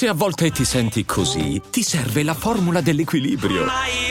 Se a volte ti senti così, ti serve la formula dell'equilibrio.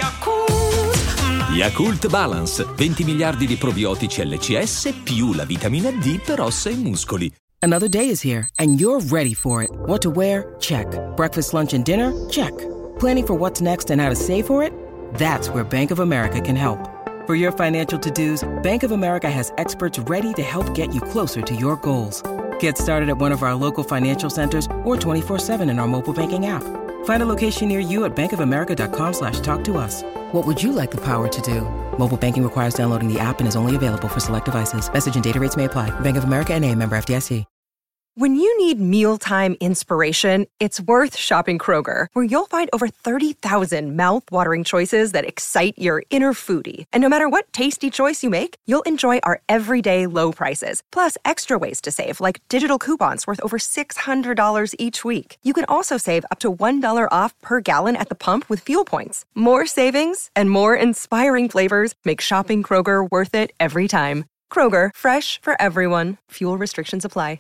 Yakult Balance, 20 miliardi di probiotici LCS più la vitamina D per ossa e muscoli. Another day is here, and you're ready for it. What to wear? Check. Breakfast, lunch, and dinner? Check. Planning for what's next and how to save for it? That's where Bank of America can help. For your financial to-dos, Bank of America has experts ready to help get you closer to your goals. Get started at one of our local financial centers or 24/7 in our mobile banking app. Find a location near you at bankofamerica.com/talktous. What would you like the power to do? Mobile banking requires downloading the app and is only available for select devices. Message and data rates may apply. Bank of America N.A., member FDIC. When you need mealtime inspiration, it's worth shopping Kroger, where you'll find over 30,000 mouth-watering choices that excite your inner foodie. And no matter what tasty choice you make, you'll enjoy our everyday low prices, plus extra ways to save, like digital coupons worth over $600 each week. You can also save up to $1 off per gallon at the pump with fuel points. More savings and more inspiring flavors make shopping Kroger worth it every time. Kroger, fresh for everyone. Fuel restrictions apply.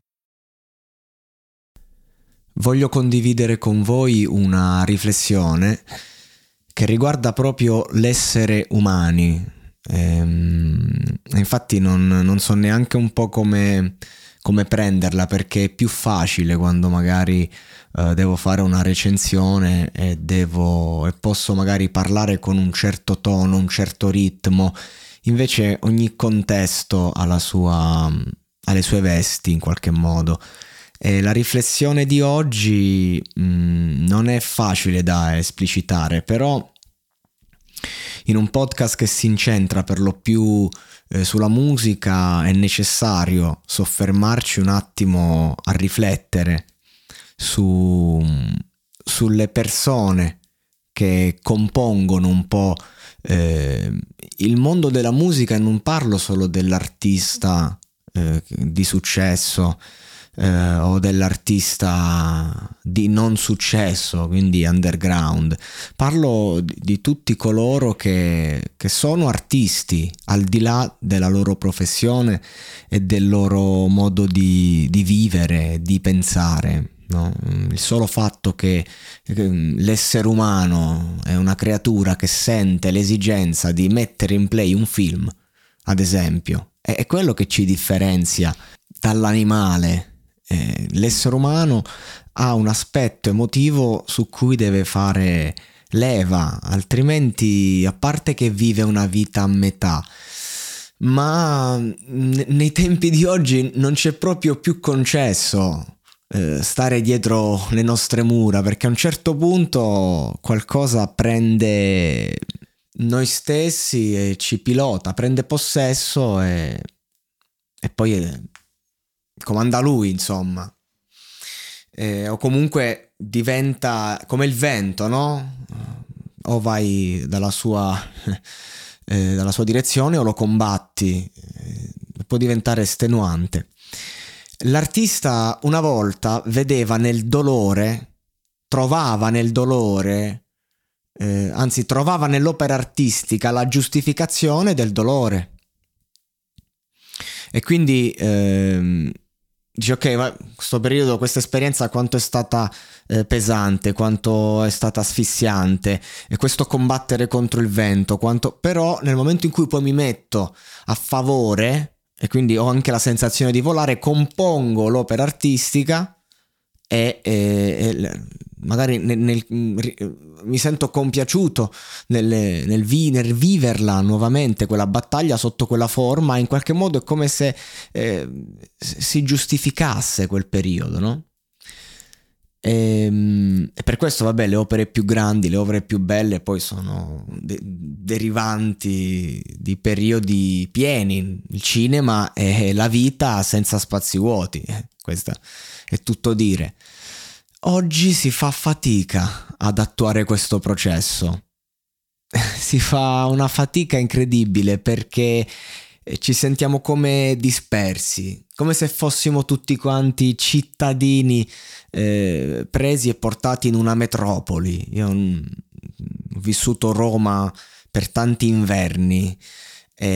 Voglio condividere con voi una riflessione che riguarda proprio l'essere umani. Infatti non so neanche un po' come prenderla, perché è più facile quando magari devo fare una recensione e posso magari parlare con un certo tono, un certo ritmo. Invece ogni contesto ha le sue vesti in qualche modo. E la riflessione di oggi non è facile da esplicitare, però in un podcast che si incentra per lo più sulla musica è necessario soffermarci un attimo a riflettere sulle persone che compongono un po' il mondo della musica, e non parlo solo dell'artista di successo o dell'artista di non successo, quindi underground. Parlo di tutti coloro che sono artisti al di là della loro professione e del loro modo di vivere, di pensare, no? Il solo fatto che l'essere umano è una creatura che sente l'esigenza di mettere in play un film, ad esempio, è quello che ci differenzia dall'animale. L'essere umano ha un aspetto emotivo su cui deve fare leva, altrimenti, a parte che vive una vita a metà, ma nei tempi di oggi non c'è proprio più concesso stare dietro le nostre mura, perché a un certo punto qualcosa prende noi stessi e ci pilota, prende possesso e poi comanda lui, insomma, o comunque diventa come il vento, no? O vai dalla sua direzione o lo combatti, può diventare estenuante. L'artista una volta trovava nel dolore, trovava nell'opera artistica la giustificazione del dolore. E quindi dici, ok, ma questo periodo, questa esperienza quanto è stata pesante, quanto è stata asfissiante, e questo combattere contro il vento, però nel momento in cui poi mi metto a favore e quindi ho anche la sensazione di volare, compongo l'opera artistica e magari mi sento compiaciuto nel viverla nuovamente, quella battaglia sotto quella forma. In qualche modo è come se si giustificasse quel periodo, no? E per questo, vabbè, le opere più grandi, le opere più belle poi sono derivanti di periodi pieni. Il cinema è la vita senza spazi vuoti, questo è tutto dire. Oggi si fa fatica ad attuare questo processo, si fa una fatica incredibile, perché ci sentiamo come dispersi, come se fossimo tutti quanti cittadini presi e portati in una metropoli. Io ho vissuto Roma per tanti inverni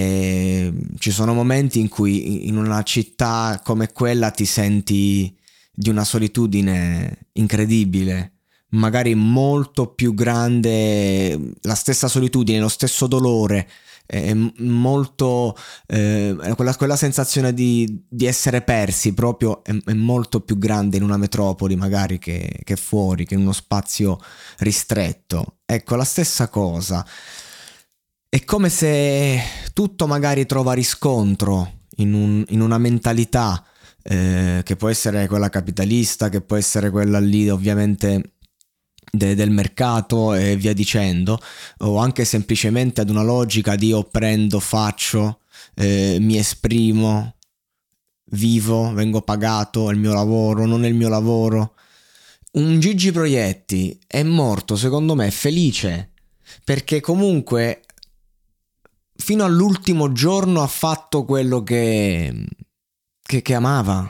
e ci sono momenti in cui in una città come quella ti senti di una solitudine incredibile, magari molto più grande, la stessa solitudine, lo stesso dolore, molto quella sensazione di essere persi proprio è molto più grande in una metropoli magari che fuori, che in uno spazio ristretto. Ecco, la stessa cosa. È come se tutto magari trova riscontro in una mentalità che può essere quella capitalista, che può essere quella lì ovviamente del mercato e via dicendo, o anche semplicemente ad una logica di io prendo, faccio, mi esprimo, vivo, vengo pagato, è il mio lavoro, non è il mio lavoro. Un Gigi Proietti è morto, secondo me, felice, perché comunque fino all'ultimo giorno ha fatto quello che amava.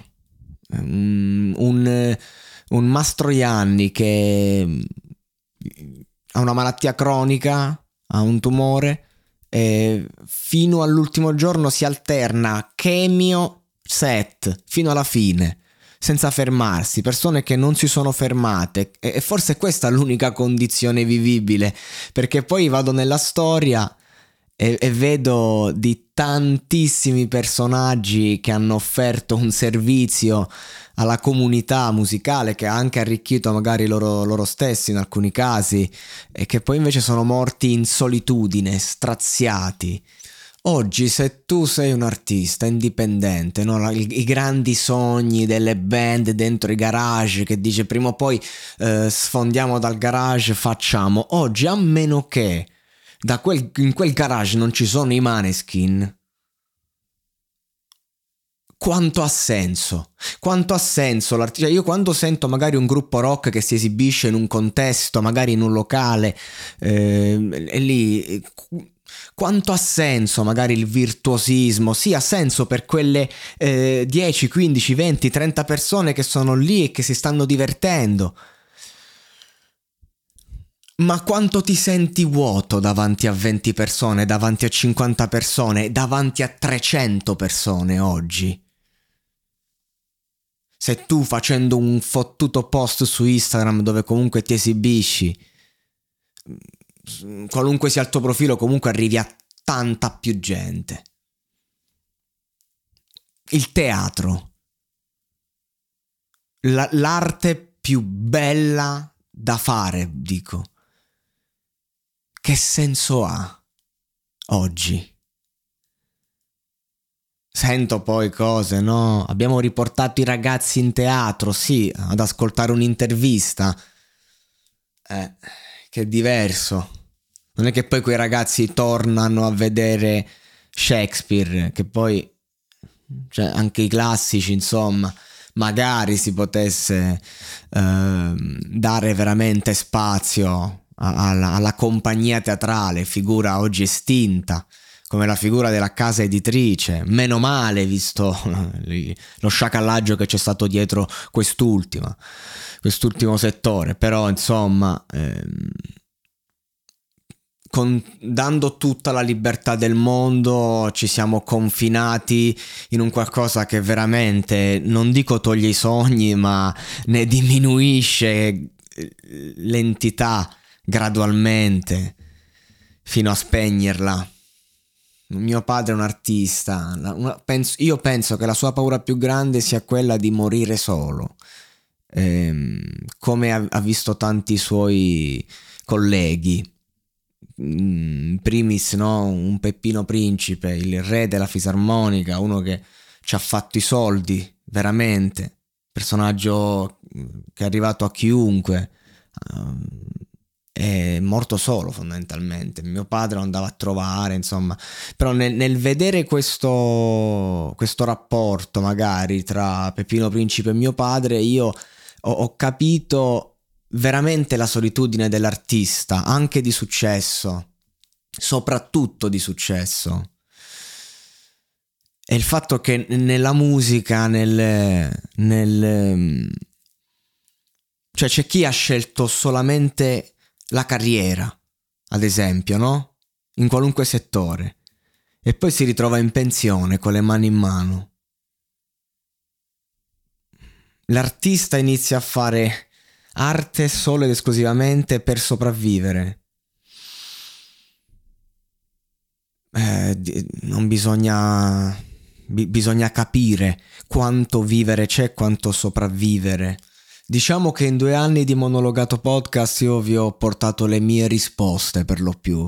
Un Mastroianni che ha una malattia cronica, ha un tumore, e fino all'ultimo giorno si alterna chemio set fino alla fine, senza fermarsi, persone che non si sono fermate, e forse questa è l'unica condizione vivibile, perché poi vado nella storia e vedo di tantissimi personaggi che hanno offerto un servizio alla comunità musicale, che ha anche arricchito magari loro stessi in alcuni casi, e che poi invece sono morti in solitudine, straziati. Oggi, se tu sei un artista indipendente, no? I grandi sogni delle band dentro i garage, che dice prima o poi sfondiamo dal garage, facciamo. Oggi, a meno che in quel garage non ci sono i Maneskin, quanto ha senso? Quanto ha senso l'artista? Io quando sento magari un gruppo rock che si esibisce in un contesto, magari in un locale, e lì quanto ha senso magari il virtuosismo? Sì, ha senso per quelle 10, 15, 20, 30 persone che sono lì e che si stanno divertendo. Ma quanto ti senti vuoto davanti a 20 persone, davanti a 50 persone, davanti a 300 persone oggi? Se tu, facendo un fottuto post su Instagram dove comunque ti esibisci, qualunque sia il tuo profilo, comunque arrivi a tanta più gente. Il teatro, l'arte più bella da fare, dico. Che senso ha oggi? Sento poi cose, no? Abbiamo riportato i ragazzi in teatro, sì, ad ascoltare un'intervista. Che è diverso. Non è che poi quei ragazzi tornano a vedere Shakespeare, che poi, cioè, anche i classici, insomma, magari si potesse dare veramente spazio alla compagnia teatrale, figura oggi estinta, come la figura della casa editrice. Meno male, visto lo sciacallaggio che c'è stato dietro quest'ultimo settore, però insomma dando tutta la libertà del mondo ci siamo confinati in un qualcosa che veramente, non dico toglie i sogni, ma ne diminuisce l'entità gradualmente fino a spegnerla. Mio padre è un artista, io penso che la sua paura più grande sia quella di morire solo, come ha visto tanti suoi colleghi, in primis, no? Un Peppino Principe, il re della fisarmonica, uno che ci ha fatto i soldi veramente, personaggio che è arrivato a chiunque, è morto solo fondamentalmente. Mio padre lo andava a trovare, insomma. Però nel vedere questo rapporto magari tra Peppino Principe e mio padre, io ho capito veramente la solitudine dell'artista, anche di successo, soprattutto di successo. E il fatto che nella musica, cioè c'è chi ha scelto solamente la carriera, ad esempio, no? In qualunque settore, e poi si ritrova in pensione con le mani in mano. l'artista inizia a fare arte solo ed esclusivamente per sopravvivere. Non bisogna capire quanto vivere c'è, quanto sopravvivere. Diciamo che in 2 anni di Monologato Podcast io vi ho portato le mie risposte, per lo più.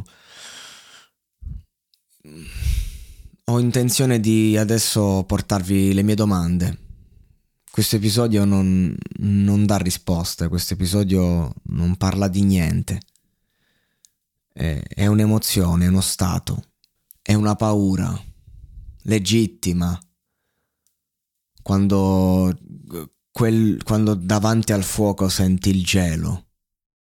Ho intenzione di adesso portarvi le mie domande. Questo episodio non dà risposte, questo episodio non parla di niente. È un'emozione, è uno stato, è una paura legittima quando davanti al fuoco senti il gelo.